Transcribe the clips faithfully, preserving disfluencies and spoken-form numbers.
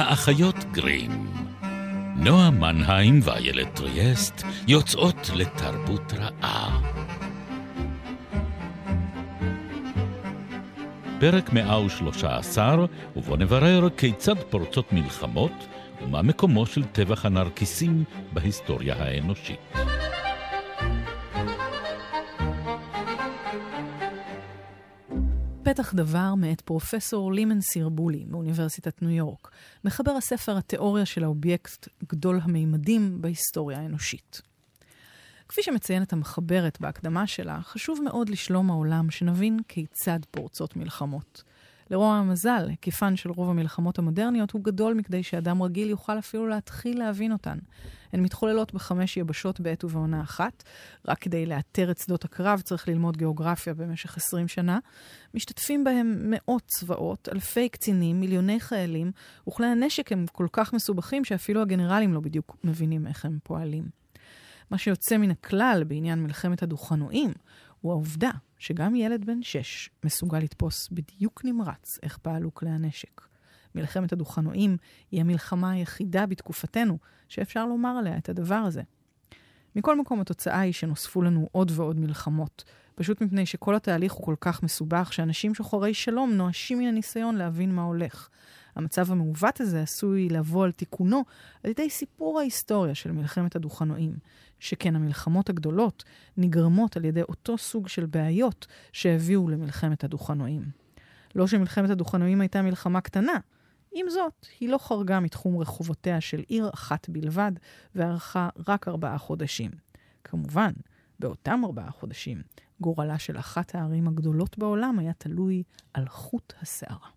האחיות גרים. נועה מנהיים ואיילת טריאסט יוצאות לתרבות רעה. פרק מאה ושלוש עשרה, ובו נברר כיצד פורצות מלחמות ומה מקומו של טבח הנרקיסים בהיסטוריה האנושית. פתח דבר מאת פרופסור לימן סירבולי מאוניברסיטת ניו יורק, מחבר הספר התיאוריה של האובייקט גדול המימדים בהיסטוריה האנושית. כפי שמציינת המחברת בהקדמה שלה, חשוב מאוד לשלום העולם שנבין כיצד פורצות מלחמות. לרוע המזל, היקפן של רוב המלחמות המודרניות הוא גדול מכדי שאדם רגיל יוכל אפילו להתחיל להבין אותן. הן מתחוללות בחמש יבשות בעת ובעונה אחת, רק כדי לאתר את שדות הקרב צריך ללמוד גיאוגרפיה במשך עשרים שנה. משתתפים בהם מאות צבאות, אלפי קצינים, מיליוני חיילים, וכלי הנשק הם כל כך מסובכים שאפילו הגנרלים לא בדיוק מבינים איך הם פועלים. מה שיוצא מן הכלל בעניין מלחמת הדוכנועים, הוא העובדה שגם ילד בן שש מסוגל לתפוס בדיוק נמרץ איך פעלו כלי הנשק. מלחמת הדוכנועים היא המלחמה היחידה בתקופתנו שאפשר לומר עליה את הדבר הזה. מכל מקום התוצאה היא שנוספו לנו עוד ועוד מלחמות, פשוט מפני שכל התהליך הוא כל כך מסובך שאנשים שוחרי שלום נואשים מן הניסיון להבין מה הולך. המצב המעוות הזה עשוי לבוא על תיקונו על ידי סיפור ההיסטוריה של מלחמת הדוכנועים, שכן המלחמות הגדולות נגרמות על ידי אותו סוג של בעיות שהביאו למלחמת הדוכנועים. לא שמלחמת הדוכנועים הייתה מלחמה קטנה, עם זאת, היא לא חרגה מתחום רחובותיה של עיר אחת בלבד, וערכה רק ארבעה חודשים. כמובן, באותם ארבעה חודשים, גורלה של אחת הערים הגדולות בעולם היה תלוי על חוט השערה.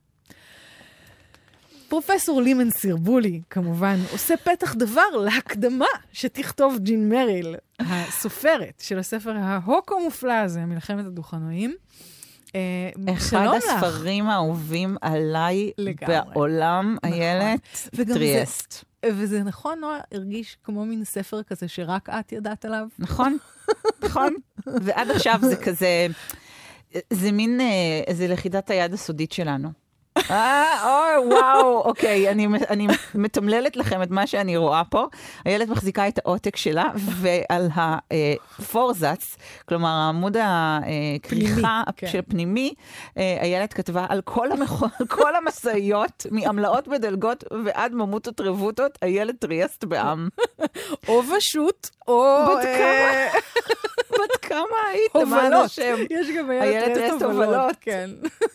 פרופסור לימן סירבולי, כמובן, עושה פתח דבר להקדמה שתכתוב ג'ין מריל, הסופרת של הספר ההוקו מופלא הזה, מלחמת הדוכנועים. אחד הספרים האהובים עליי בעולם, איילת טריאסט. וזה נכון, נועה, הרגיש כמו מין ספר כזה שרק את ידעת עליו. נכון, נכון. ועד עכשיו זה כזה, זה מין, זה לכידת היד הסודית שלנו. אה, אוי, וואו, אוקיי, אני, אני מתמללת לכם את מה שאני רואה פה. הילד מחזיקה את העותק שלה, ועל הפורזץ, כלומר, העמוד הכריכה של פנימי, הילד כתבה על כל, המח... כל המסעיות, מעמלאות בדלגות ועד ממוטות רבוטות, הילד טריאסט בעם. או פשוט, או... בת כמה? בת כמה היית? הובלות. יש גם הילד טריאסט הובלות. כן.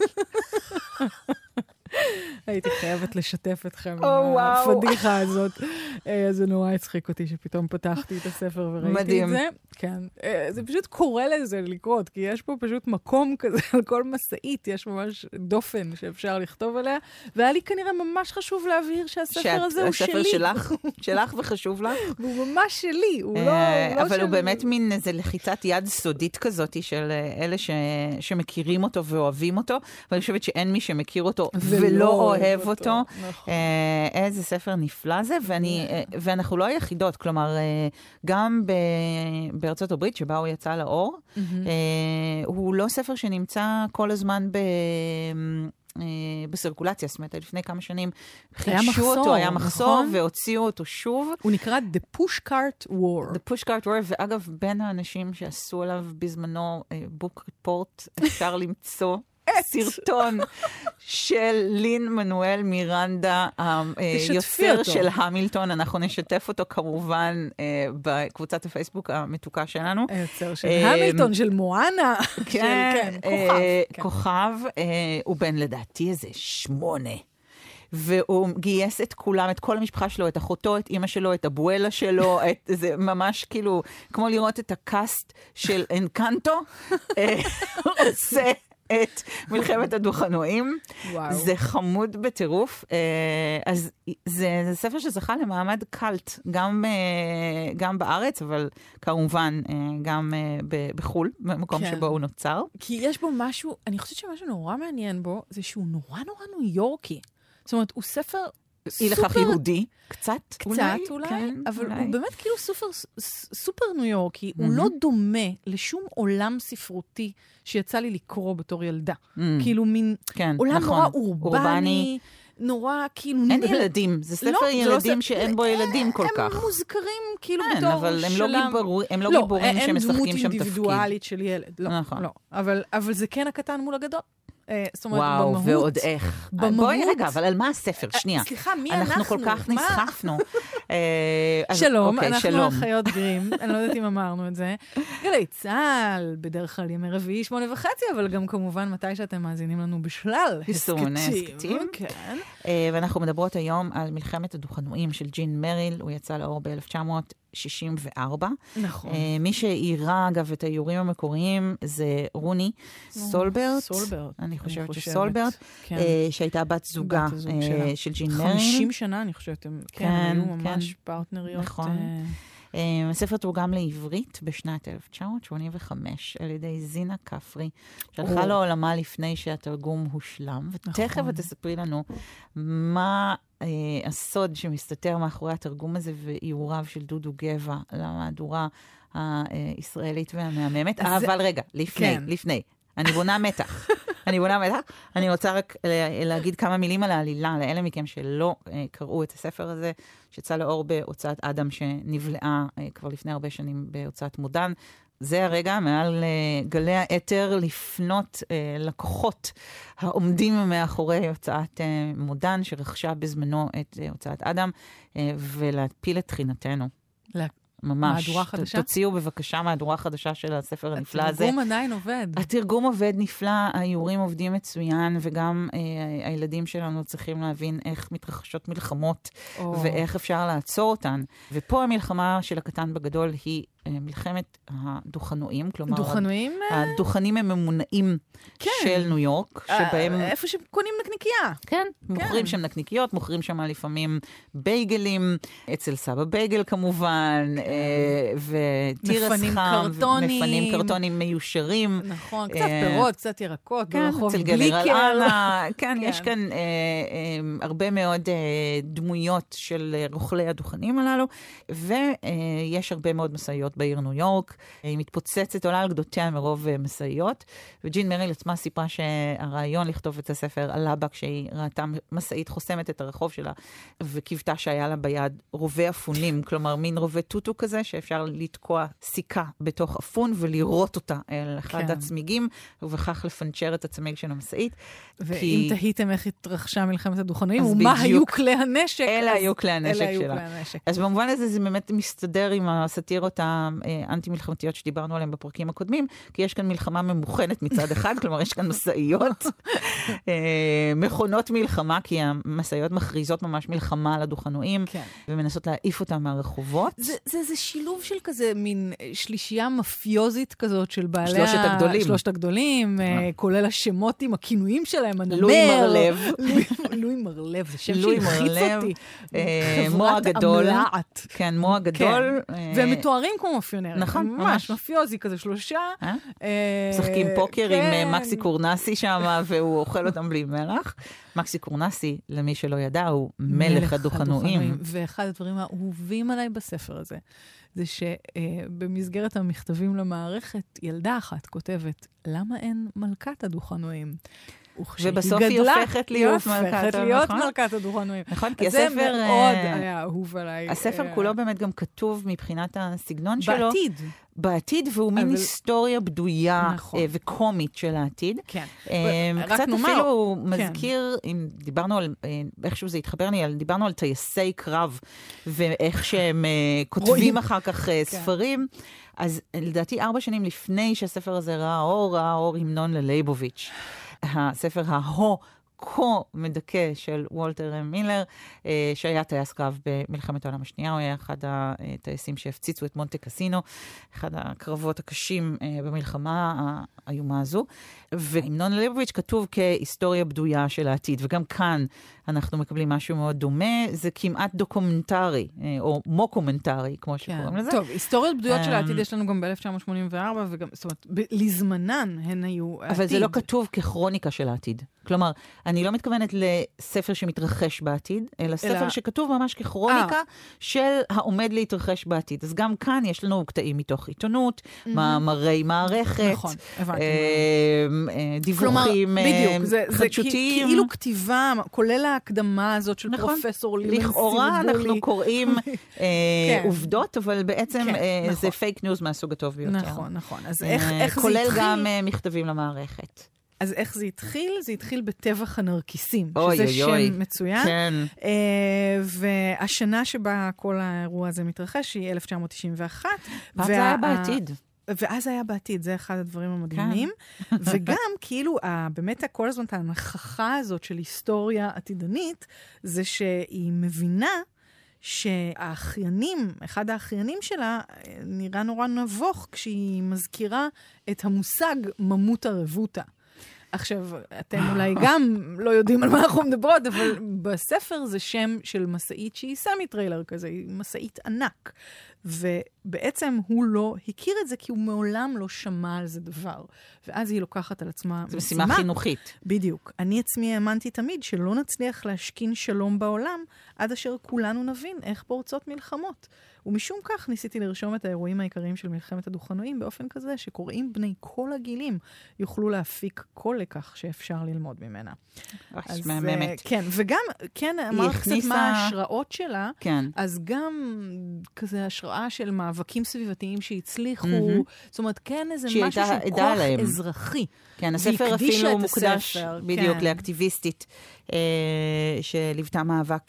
הייתי חייבת לשתף אתכם בפדיחה הזאת. זה נורא הצחיק אותי שפתאום פתחתי את הספר וראיתי את זה. כן. זה פשוט קורה לזה לקרות, כי יש פה פשוט מקום כזה, על כל מסעית יש ממש דופן שאפשר לכתוב עליה, והיה לי כנראה ממש חשוב להבהיר שהספר הזה הוא שלי. הספר שלך, שלך וחשוב לך. הוא ממש שלי, הוא לא... אבל הוא באמת מין איזה לחיצת יד סודית כזאת של אלה שמכירים אותו ואוהבים אותו, ואני חושבת שאין מי שמכיר אותו ולא אוהב אותו. איזה ספר נפלא זה, ואנחנו לא היחידות, כלומר, גם בארצות הברית, שבה הוא יצא לאור, הוא לא ספר שנמצא כל הזמן ב... בסירקולציה, זאת אומרת, לפני כמה שנים חידשו אותו, היה מחסור, והוציאו אותו שוב. הוא נקרא The Pushcart War. The Pushcart War, ואגב, בין האנשים שעשו עליו בזמנו בוק ריפורט, אפשר למצוא סרטון של לין מנואל מירנדה, היוצר של המילטון. אנחנו נשתף אותו כמובן בקבוצת הפייסבוק המתוקה שלנו. היוצר של המילטון, של מואנה. כן, כוכב. הוא בן לדעתי איזה שמונה. והוא גייס את כולם, את כל המשפחה שלו, את אחותו, את אמא שלו, את אבואלה שלו, את, זה ממש כאילו, כמו לראות את הקאסט של אנקנטו, עושה את מלחמת הדוכנועים. וואו. זה חמוד בטירוף. אז זה, זה ספר שזכה למעמד קלט, גם, גם בארץ, אבל כמובן גם בחול, במקום כן. שבו הוא נוצר. כי יש בו משהו, אני חושבת שמשהו נורא מעניין בו, זה שהוא נורא נורא ניו יורקי. זאת אומרת, הוא ספר אי לכך יהודי, קצת, קצת אולי, אולי כן, אבל אולי. הוא באמת כאילו סופר, סופר ניו יורקי, mm-hmm. הוא לא דומה לשום עולם ספרותי שיצא לי לקרוא בתור ילדה. Mm-hmm. כאילו מין כן, עולם נכון. נורא אורבני, אורבני, נורא כאילו... אין ילדים, זה ספר ילדים שאין בו ילדים כל כך. הם מוזכרים כאילו בתור שלם. אבל הם לא גיבורים שמשחקים שם תפקיד. לא, אין דמות אינדיבידואלית של ילד. לא, לא. אבל זה כן הקטן מול הגדול. וואו, ועוד איך. בואי רגע, אבל על מה הספר? שנייה. סליחה, מי אנחנו? אנחנו כל כך נסחפנו. שלום, אנחנו החיות גרים, אני לא יודעת אם אמרנו את זה. גלי צהל, בדרך כלל ימי רביעי, שמונה וחצי, אבל גם כמובן מתי שאתם מאזינים לנו בשלל הסקטים. כן. ואנחנו מדברות היום על מלחמת הדוכנועים של ג'ין מריל, הוא יצא לאור ב-אלף תשע מאות שישים וארבע. נכון. מי שאירה, אגב, את האיורים המקוריים זה רוני סולברט. סולברט. אני חושבת שסולברט, שהייתה בת זוגה של ג'ין מריל. חמישים שנה, אני חושבת, כן, היו ממש פרטנריות. נכון. הספר תורגם לעברית בשנת אלף תשע מאות שמונים וחמש על ידי זינה כפרי, שהלכה לעולמה לפני שהתרגום הושלם, ותכף את תספרי לנו מה הסוד שמסתתר מאחורי התרגום הזה ואיוריו של דודו גבע למהדורה הישראלית והמהממת. אבל רגע, לפני, לפני. אני בונה מתח. אני בונה מתח. אני רוצה רק להגיד כמה מילים על העלילה, לאלה מכם שלא קראו את הספר הזה, שיצא לאור בהוצאת אדם, שנבלעה כבר לפני הרבה שנים בהוצאת מודן. זה הרגע מעל גלי האתר לפנות לקוחות העומדים מאחורי הוצאת מודן, שרכשה בזמנו את הוצאת אדם, ולהפיל את תחינתנו. ממש. מהדורה חדשה? תוציאו בבקשה מהדורה חדשה של הספר הנפלא הזה. התרגום עדיין עובד. התרגום עובד נפלא, האיורים עובדים מצוין, וגם אה, הילדים שלנו צריכים להבין איך מתרחשות מלחמות, או. ואיך אפשר לעצור אותן. ופה המלחמה של הקטן בגדול היא אה, מלחמת הדוכנועים, כלומר... דוכנועים? הדוכנים הם ממונעים כן. של ניו יורק, שבהם... איפה שקונים נקניקייה. כן, מוכרים כן. שם נקניקיות, מוכרים שם לפעמים בייגלים, אצל סבא בייגל כמובן, ותירס מפנים חם, קרטונים. מפנים קרטונים מיושרים. נכון, קצת פירות, קצת ירקות, כן, ברחוב אצל גנרל אנה. כן, יש כאן הרבה מאוד דמויות של רוכלי הדוכנים הללו, ויש הרבה מאוד מסעיות בעיר ניו יורק. היא מתפוצצת, עולה על גדותיה מרוב מסעיות, וג'ין מריל עצמה סיפרה שהרעיון לכתוב את הספר עלה בה כשהיא ראתה מסעית חוסמת את הרחוב שלה, וקיוותה שהיה לה ביד רובה אפונים, כלומר מין רובה טוטו כזה, שאפשר לתקוע סיכה בתוך אפון ולראות אותה אל אחד כן. הצמיגים, ובכך לפנצ'ר את הצמיג של המסעית. ואם כי... תהיתם איך התרחשה מלחמת הדוכנועים, ומה היו כלי הנשק? אלה אז... היו כלי הנשק אלה שלה. היו כלי הנשק. אז במובן הזה זה באמת מסתדר עם הסטירות האנטי-מלחמתיות שדיברנו עליהן בפרקים הקודמים, כי יש כאן מלחמה ממוכנת מצד אחד, כלומר יש כאן מסעיות, מכונות מלחמה, כי המסעיות מכריזות ממש מלחמה על הדוכנועים, כן. ומנסות להעיף אותם מהרחובות. זה, זה, זה שילוב של כזה מין שלישייה מפיוזית כזאת של בעלי... שלושת הגדולים. שלושת הגדולים, כולל השמות עם הכינויים שלהם, הנמר. לואי מרלב. לואי מרלב, זה שם שהלחיץ אותי. מו הגדול. המלעת. כן, מו הגדול. והם מתוארים כמו מאפיונרים. נכון, ממש. מפיוזי כזה, שלושה. משחקים פוקר עם מקסי קורנסי שם, והוא אוכל אותם בלי מלח. מקסי קורנסי, למי שלא ידע, הוא מלך הדוכנועים. ואחד הדברים האהובים עליי בספר הזה, זה שבמסגרת המכתבים למערכת, ילדה אחת כותבת, למה אין מלכת הדוכנועים? ובסוף היא הופכת להיות מלכת, להיות מלכת הדוכנועים. נכון, כי הספר... זה מאוד היה אהוב עליי. הספר כולו באמת גם כתוב מבחינת הסגנון שלו. בעתיד. בעתיד, והוא מין היסטוריה בדויה וקומית של העתיד. כן. קצת אפילו הוא מזכיר, אם דיברנו על, איכשהו זה התחבר לי, דיברנו על טייסי קרב, ואיך שהם כותבים אחר כך ספרים. אז לדעתי ארבע שנים לפני שהספר הזה ראה אור, ראה אור המנון ללייבוביץ'. הספר ההו כה מדכא של וולטר מילר, שהיה טייס קרב במלחמת העולם השנייה, הוא היה אחד הטייסים שהפציצו את מונטה קסינו, אחד הקרבות הקשים במלחמה האיומה הזו, והמנון ללייבוביץ' כתוב כהיסטוריה בדויה של העתיד, וגם כאן אנחנו מקבלים משהו מאוד דומה, זה כמעט דוקומנטרי, או מוקומנטרי, כמו שקוראים לזה. טוב, היסטוריות בדויות של העתיד יש לנו גם ב-אלף תשע מאות שמונים וארבע, וגם, זאת אומרת, לזמנן הן היו העתיד. אבל זה לא כתוב ככרוניקה של העתיד. כלומר, אני לא מתכוונת לספר שמתרחש בעתיד, אלא ספר אלא... שכתוב ממש ככרוניקה 아. של העומד להתרחש בעתיד. אז גם כאן יש לנו קטעים מתוך עיתונות, mm-hmm. מאמרי מערכת, נכון, הבנתי. אה, דיווחים בדיוק, זה, חדשותיים. זה כאילו כתיבה, כולל ההקדמה הזאת של נכון. פרופסור לימן סירבולי. לכאורה אנחנו קוראים אה, כן. עובדות, אבל בעצם כן, אה, נכון. זה פייק ניוז מהסוג הטוב ביותר. נכון, נכון. אז איך, אה, איך זה כולל התחיל? גם אה, מכתבים למערכת. אז איך זה התחיל? זה התחיל בטבח הנרקיסים, אוי, שזה אוי, שם אוי. מצוין. כן. Uh, והשנה שבה כל האירוע הזה מתרחש היא אלף תשע מאות תשעים ואחת. ואז זה היה בעתיד. ואז היה בעתיד, זה אחד הדברים המדהימים. כן. וגם כאילו, באמת כל הזמן ההנכחה הזאת של היסטוריה עתידנית, זה שהיא מבינה שהאחיינים, אחד האחיינים שלה, נראה נורא נבוך כשהיא מזכירה את המושג ממות הרבותה. עכשיו, אתם אולי גם לא יודעים על מה אנחנו מדברות, אבל בספר זה שם של מסעית שהיא סמי-טריילר כזה, היא מסעית ענק. ובעצם הוא לא הכיר את זה, כי הוא מעולם לא שמע על זה דבר. ואז היא לוקחת על עצמה זה משימה. משימה חינוכית. בדיוק. אני עצמי האמנתי תמיד שלא נצליח להשכין שלום בעולם, עד אשר כולנו נבין איך פורצות מלחמות. ומשום כך ניסיתי לרשום את האירועים העיקריים של מלחמת הדוכנועים באופן כזה שקוראים בני כל הגילים יוכלו להפיק כל לקח שאפשר ללמוד ממנה. אז מהממת. כן, וגם, כן, אמרת קצת מה ההשראות שלה, כן. אז גם כזה השראה של מאבקים סביבתיים שהצליחו, זאת אומרת, כן, איזה משהו שהוא כוח אזרחי. כן, הספר אפילו מוקדש בדיוק לאקטיביסטית שליוותה מאבק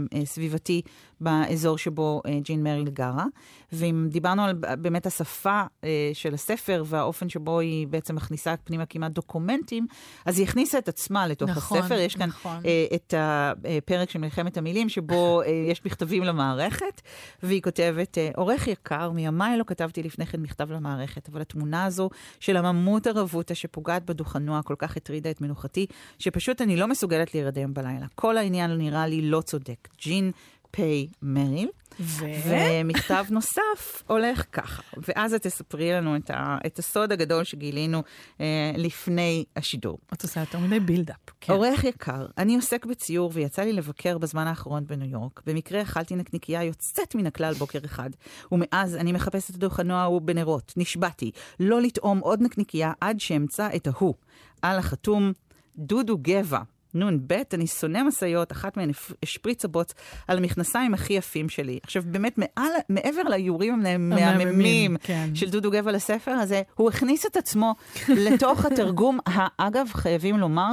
סביבתי באזור שבו ג'ין מריל גרה. ואם דיברנו על באמת השפה של הספר והאופן שבו היא בעצם מכניסה פנימה כמעט דוקומנטים, אז היא הכניסה את עצמה לתוך נכון, הספר. יש כאן נכון. את הפרק של מלחמת המילים, שבו יש מכתבים למערכת, והיא כותבת, עורך יקר, מימיי לא כתבתי לפני כן מכתב למערכת, אבל התמונה הזו של הממות הרבותה שפוגעת בדוכנוע כל כך הטרידה את מנוחתי, שפשוט אני לא מסוגלת להירדם בלילה. כל העניין נראה לי לא צודק. ג'ין פיי מריל. ו... ומכתב נוסף הולך ככה. ואז את תספרי לנו את, ה... את הסוד הגדול שגילינו אה, לפני השידור. את עושה יותר מדי בילדאפ. כן. עורך יקר, אני עוסק בציור ויצא לי לבקר בזמן האחרון בניו יורק. במקרה אכלתי נקניקייה יוצאת מן הכלל בוקר אחד. ומאז אני מחפשת את הדוכנוע ההוא בנרות. נשבעתי לא לטעום עוד נקניקייה עד שאמצא את ההוא. על החתום דודו גבע. נון בית, אני שונא מסעיות, אחת מהן השפריץ הבוץ על המכנסיים הכי יפים שלי. עכשיו, באמת, מעל, מעבר לאיורים המהממים כן. של דודו גבע לספר הזה, הוא הכניס את עצמו לתוך התרגום, האגב, חייבים לומר,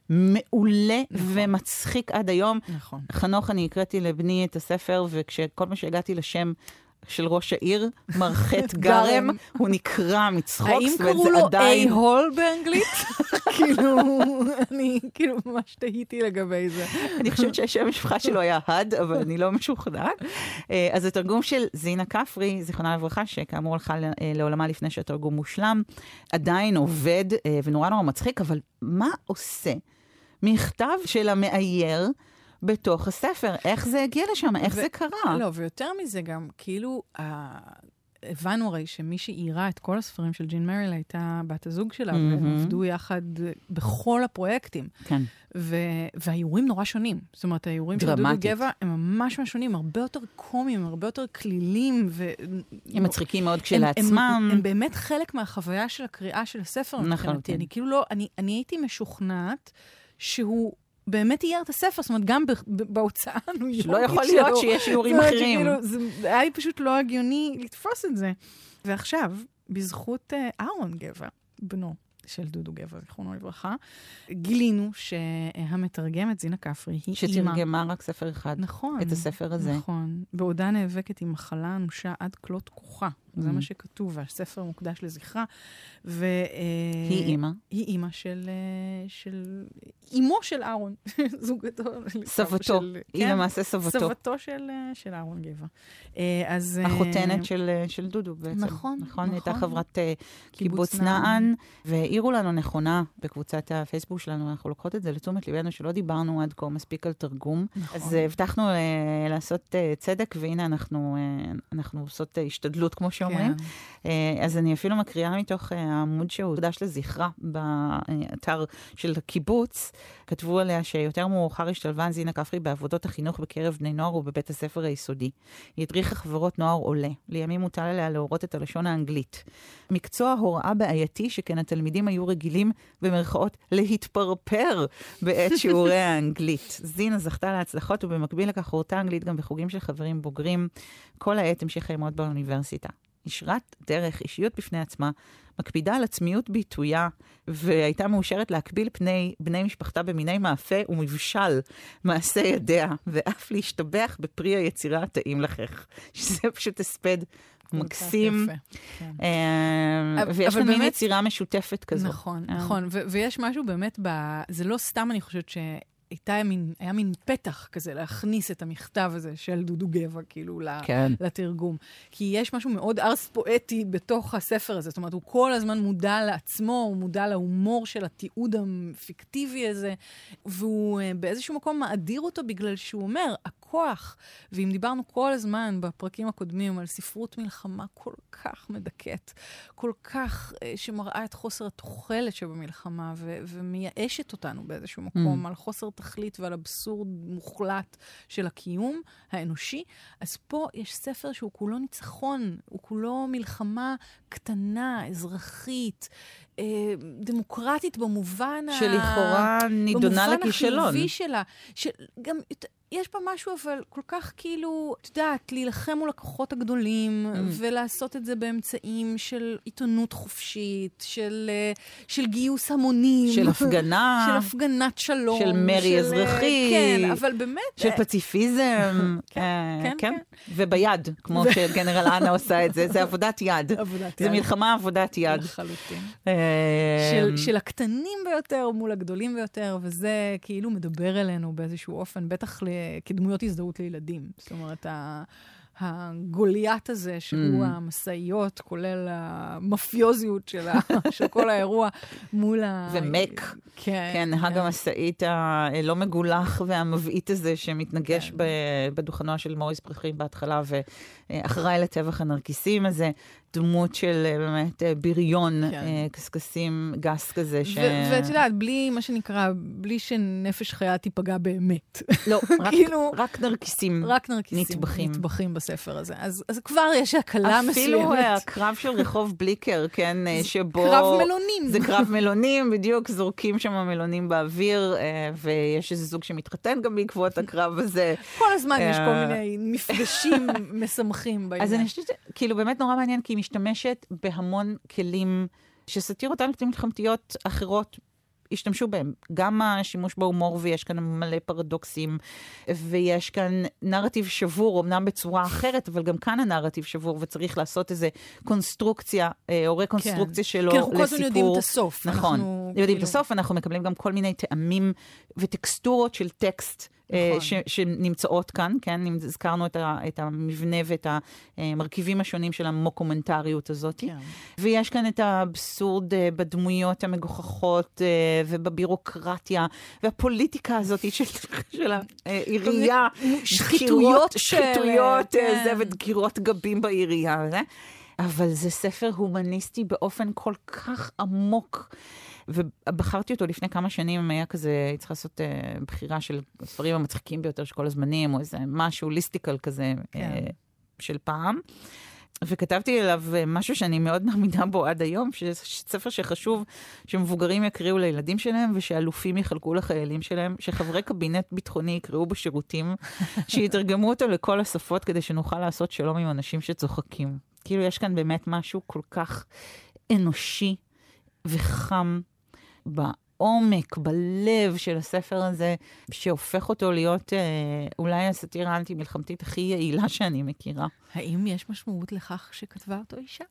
מעולה נכון. ומצחיק עד היום. נכון. חנוך, אני הקראתי לבני את הספר, וכשכל מה שהגעתי לשם של ראש העיר, מרחט גרם, הוא נקרא מצחוק. האם קראו לו איי-הול באנגלית? כאילו, אני כאילו ממש תהיתי לגבי זה. אני חושבת שהשם המשפחה שלו היה הד, אבל אני לא משוכנעת. אז התרגום של זינה כפרי, זיכרונה לברכה, שכאמור הלכה לעולמה לפני שהתרגום מושלם, עדיין עובד ונורא נורא מצחיק, אבל מה עושה מכתב של המאייר בתוך הספר? איך זה הגיע לשם? איך ו- זה קרה? לא, ויותר מזה גם, כאילו, ה... הבנו הרי שמי שאירה את כל הספרים של ג'ין מריל הייתה בת הזוג שלה, mm-hmm. והם עבדו יחד בכל הפרויקטים. כן. ו... והאיורים נורא שונים. זאת אומרת, האיורים של דודו גבע הם ממש משונים, הרבה יותר קומיים, הרבה יותר כלילים. ו... הם מצחיקים מאוד כשלעצמם. הם, הם, הם באמת חלק מהחוויה של הקריאה של הספר. נכון. כן. אני כאילו לא, אני, אני הייתי משוכנעת שהוא באמת אייר את הספר, זאת אומרת, גם בהוצאה ניו יורקית שלא יכול להיות שיש איורים אחרים. זה היה לי פשוט לא הגיוני לתפוס את זה. ועכשיו, בזכות אהרון גבע, בנו של דודו גבע, זיכרונו לברכה, גילינו שהמתרגמת זינה כפרי היא אימא. שתרגמה רק ספר אחד. נכון. את הספר הזה. נכון. בעודה נאבקת עם מחלה אנושה עד כלות כוחה. זה מה שכתוב, והספר מוקדש לזכרה. ו... היא אימא? היא אימא של... של... אימו של אהרון. זוגתו. סבתו. היא למעשה סבתו. סבתו של, של אהרון גבע. אז... החותנת של, של דודו בעצם. נכון. נכון. הייתה חברת קיבוץ נען, והעירו לנו נכונה בקבוצת הפייסבוק שלנו, אנחנו לוקחות את זה לתשומת ליבנו, שלא דיברנו עד כה מספיק על תרגום. נכון. אז הבטחנו לעשות צדק, והנה אנחנו, אנחנו עושות השתדלות, כמו ש שאומרים. אז אני אפילו מקריאה מתוך העמוד שהוקדש לזכרה באתר של הקיבוץ. כתבו עליה שיותר מאוחר השתלבה זינה כפרי בעבודות החינוך בקרב בני נוער ובבית הספר היסודי. היא הדריכה חברות נוער עולה. לימים מוטל עליה להורות את הלשון האנגלית. מקצוע הוראה בעייתי שכן התלמידים היו רגילים במרכאות להתפרפר בעת שיעורי האנגלית. זינה זכתה להצלחות ובמקביל לכך הורתה אנגלית גם בחוגים של חברים בוגרים. כל העת המשיכה ללמוד באוניברסיטה. ישרת דרך אישיות בפני עצמה, מקפידה על עצמיות ביטויה, והייתה מאושרת להקביל פני בני משפחתה במיני מאפה ומבשל מעשה ידיה, ואף להשתבח בפרי היצירה הטעים לכך. שזה פשוט הספד מקסים. ויש לנו יצירה משותפת כזו. נכון, נכון. ויש משהו באמת, זה לא סתם אני חושבת ש... הייתה מין, היה מין פתח כזה להכניס את המכתב הזה של דודו גבע, כאילו, כן. לתרגום. כי יש משהו מאוד ארס פואטי בתוך הספר הזה. זאת אומרת, הוא כל הזמן מודע לעצמו, הוא מודע להומור של התיעוד הפיקטיבי הזה, והוא באיזשהו מקום מאדיר אותו בגלל שהוא אומר, הכוח, ואם דיברנו כל הזמן בפרקים הקודמים על ספרות מלחמה כל כך מדכאת, כל כך שמראה את חוסר התוחלת שבמלחמה, ו- ומייאשת אותנו באיזשהו מקום, mm. על חוסר תכלית ועל אבסורד מוחלט של הקיום האנושי. אז פה יש ספר שהוא כולו ניצחון, הוא כולו מלחמה קטנה, אזרחית, אה, דמוקרטית במובן שלכאורה ה... נידונה לכישלון. במובן החיובי שלה. שגם יש בה משהו אבל כל כך כאילו, את יודעת, להילחם מול הכוחות הגדולים, mm. ולעשות את זה באמצעים של עיתונות חופשית, של, של גיוס המונים. של הפגנה. של הפגנת שלום. של מרי של, אזרחי. כן, אבל באמת. של פציפיזם. כן, אה, כן, כן. וביד, כמו שגנרל אנה עושה את זה. זה עבודת יד. עבודת זה יד. מלחמה עבודת יד. לחלוטין. של, של הקטנים ביותר מול הגדולים ביותר, וזה כאילו מדבר אלינו באיזשהו אופן, בטח כדמויות הזדהות לילדים. זאת אומרת, הגוליית הזה, שהוא המסעיות, כולל המאפיוזיות של כל האירוע, מול ה... ומק. כן, נהג המסעית הלא מגולח והמבעית הזה, שמתנגש בדוכנו של מוריס פרחים בהתחלה, ואחראי לטבח הנרקיסים הזה, דמות של באמת בריון, קסקסים גס כזה. ואת יודעת, בלי מה שנקרא, בלי שנפש חיה תיפגע באמת. לא, רק נרקיסים נטבחים. נטבחים בספר הזה. אז כבר יש הקלה מסוימת. אפילו הקרב של רחוב בליקר, כן, שבו... קרב מלונים. זה קרב מלונים, בדיוק, זורקים שם המלונים באוויר, ויש איזה זוג שמתחתן גם בעקבות הקרב הזה. כל הזמן יש כל מיני מפגשים משמחים בעניין. אז אני חושבת, כאילו באמת נורא מעניין, כי משתמשת בהמון כלים שסאטירות אנטי-מלחמתיות אחרות השתמשו בהם. גם השימוש בהומור, ויש כאן מלא פרדוקסים, ויש כאן נרטיב שבור, אמנם בצורה אחרת, אבל גם כאן הנרטיב שבור, וצריך לעשות איזה קונסטרוקציה, או רקונסטרוקציה שלו לסיפור. כי אנחנו כל הזמן יודעים את הסוף. נכון. יודעים את הסוף, אנחנו מקבלים גם כל מיני טעמים וטקסטורות של טקסט, ש, שנמצאות כאן, כן? הזכרנו את, ה, את המבנה ואת המרכיבים השונים של המוקומנטריות הזאת. כן. ויש כאן את האבסורד בדמויות המגוחכות ובבירוקרטיה, והפוליטיקה הזאת של, של העירייה. שחיתויות. שחיתויות, כן. זה, ודקירות גבים בעירייה. זה. אבל זה ספר הומניסטי באופן כל כך עמוק. ובחרתי אותו לפני כמה שנים, היה כזה, הייתי צריכה לעשות uh, בחירה של הספרים המצחיקים ביותר של כל הזמנים, או איזה משהו ליסטיקל כזה כן. uh, של פעם. וכתבתי אליו משהו שאני מאוד מאמינה בו עד היום, שספר שחשוב שמבוגרים יקריאו לילדים שלהם, ושאלופים יחלקו לחיילים שלהם, שחברי קבינט ביטחוני יקראו בשירותים, שיתרגמו אותו לכל השפות, כדי שנוכל לעשות שלום עם אנשים שצוחקים. כאילו יש כאן באמת משהו כל כך אנושי וחם, בעומק, בלב של הספר הזה, שהופך אותו להיות אה, אולי הסאטירה האנטי-מלחמתית הכי יעילה שאני מכירה. האם יש משמעות לכך שכתבה אותו אישה?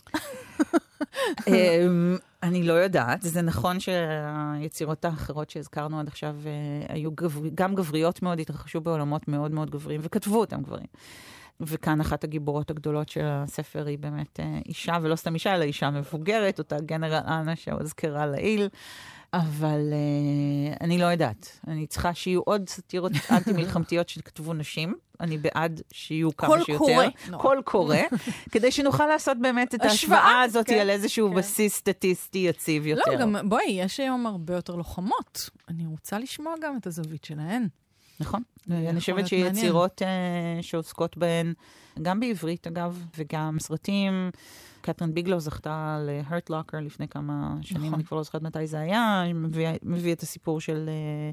אני לא יודעת. זה נכון שהיצירות האחרות שהזכרנו עד עכשיו היו גם גבריות מאוד, התרחשו בעולמות מאוד מאוד גבריים, וכתבו אותם גברים. וכאן אחת הגיבורות הגדולות של הספר היא באמת אישה, ולא סתם אישה, אלא אישה מבוגרת, אותה גנרל אנה שהוזכרה לעיל, אבל uh, אני לא יודעת. אני צריכה שיהיו עוד סאטירות אנטי-מלחמתיות שכתבו נשים, אני בעד שיהיו כמה שיותר. קורא. כל קורא, כדי שנוכל לעשות באמת את ההשוואה הזאת על איזשהו בסיס סטטיסטי יציב יותר. לא, גם בואי, יש היום הרבה יותר לוחמות. אני רוצה לשמוע גם את הזווית שלהן. נכון. אני חושבת שיצירות שעוסקות בהן, גם בעברית אגב, וגם סרטים, קתרין ביגלו זכתה ל-Hurt Locker לפני כמה שנים, אני כבר לא זוכרת מתי זה היה, מביא את הסיפור של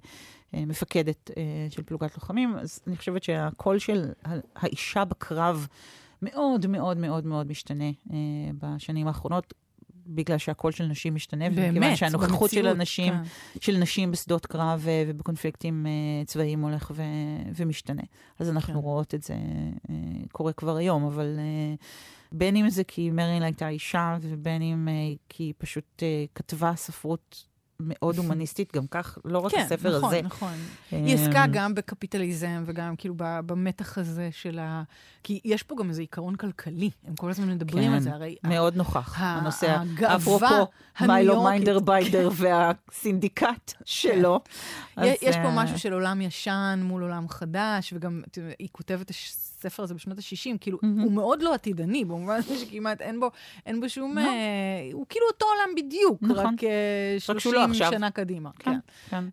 מפקדת של פלוגת לוחמים, אז אני חושבת שהקול של האישה בקרב מאוד מאוד מאוד מאוד משתנה בשנים האחרונות, בגלל שהקול של נשים משתנה, וכיוון שהנוכחות של אנשים, של נשים בשדות קרב ובקונפליקטים צבאיים הולך ומשתנה. אז אנחנו רואות את זה קורה כבר היום, אבל בין אם זה כי מרילין הייתה אישה, ובין אם כי היא פשוט כתבה ספרות מאוד הומניסטית, גם כך, לא רק הספר הזה. כן, נכון, נכון. היא עסקה גם בקפיטליזם, וגם כאילו במתח הזה של ה... כי יש פה גם איזה עיקרון כלכלי, הם כל הזמן מדברים על זה, הרי... מאוד נוכח, הנושא, אפרופו, מיילו מיינדר ביידר והסינדיקט שלו. יש פה משהו של עולם ישן מול עולם חדש, וגם היא כותבת הספר הזה בשנות ה-שישים, כאילו, הוא מאוד לא עתידני, במובן הזה שכמעט אין בו, אין בו שום... הוא כאילו אותו עולם בדיוק, רק שלושים שנה קדימה. כן, כן.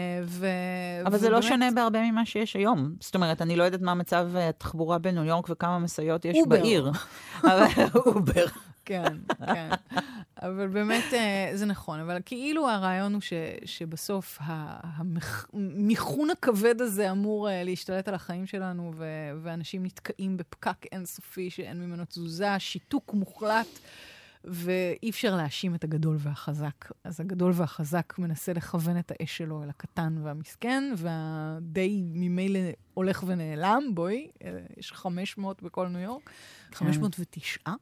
אבל זה לא שונה בהרבה ממה שיש היום. זאת אומרת, אני לא יודעת מה מצב התחבורה בניו יורק וכמה מסעיות יש בעיר. אובר. כן, כן. אבל באמת זה נכון. אבל כאילו הרעיון הוא שבסוף המיכון הכבד הזה אמור להשתלט על החיים שלנו, ואנשים נתקעים בפקק אינסופי שאין ממנו תזוזה, שיתוק מוחלט, ואי אפשר להאשים את הגדול והחזק. אז הגדול והחזק מנסה לכוון את האש שלו אל הקטן והמסכן, והדי ממילא הולך ונעלם, בואי, יש חמש מאות בכל ניו יורק, חמש מאות ותשע.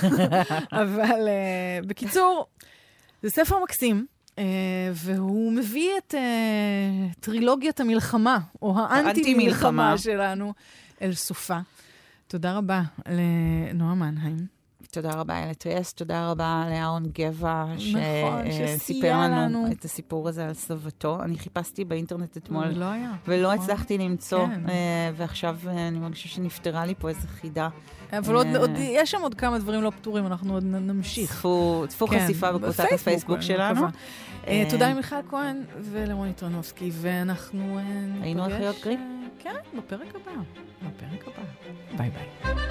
אבל uh, בקיצור, זה ספר מקסים, uh, והוא מביא את uh, טרילוגיית המלחמה, או האנטי-מלחמה שלנו, אל סופה. תודה רבה לנועה מנהיים. תודה רבה אלת ריאס, תודה רבה לאהרון גבע, שסיפר לנו את הסיפור הזה על סבתו. אני חיפשתי באינטרנט אתמול, ולא הצלחתי למצוא, ועכשיו אני מרגישה שנפטרה לי פה איזו חידה. אבל יש שם עוד כמה דברים לא פתורים, אנחנו עוד נמשיך. צפו חשיפה בקבוצת הפייסבוק שלנו. תודה למיכל כהן ולרוני טרנובסקי, ואנחנו... היינו אחיות גרים? כן, בפרק הבא. בפרק הבא. ביי ביי.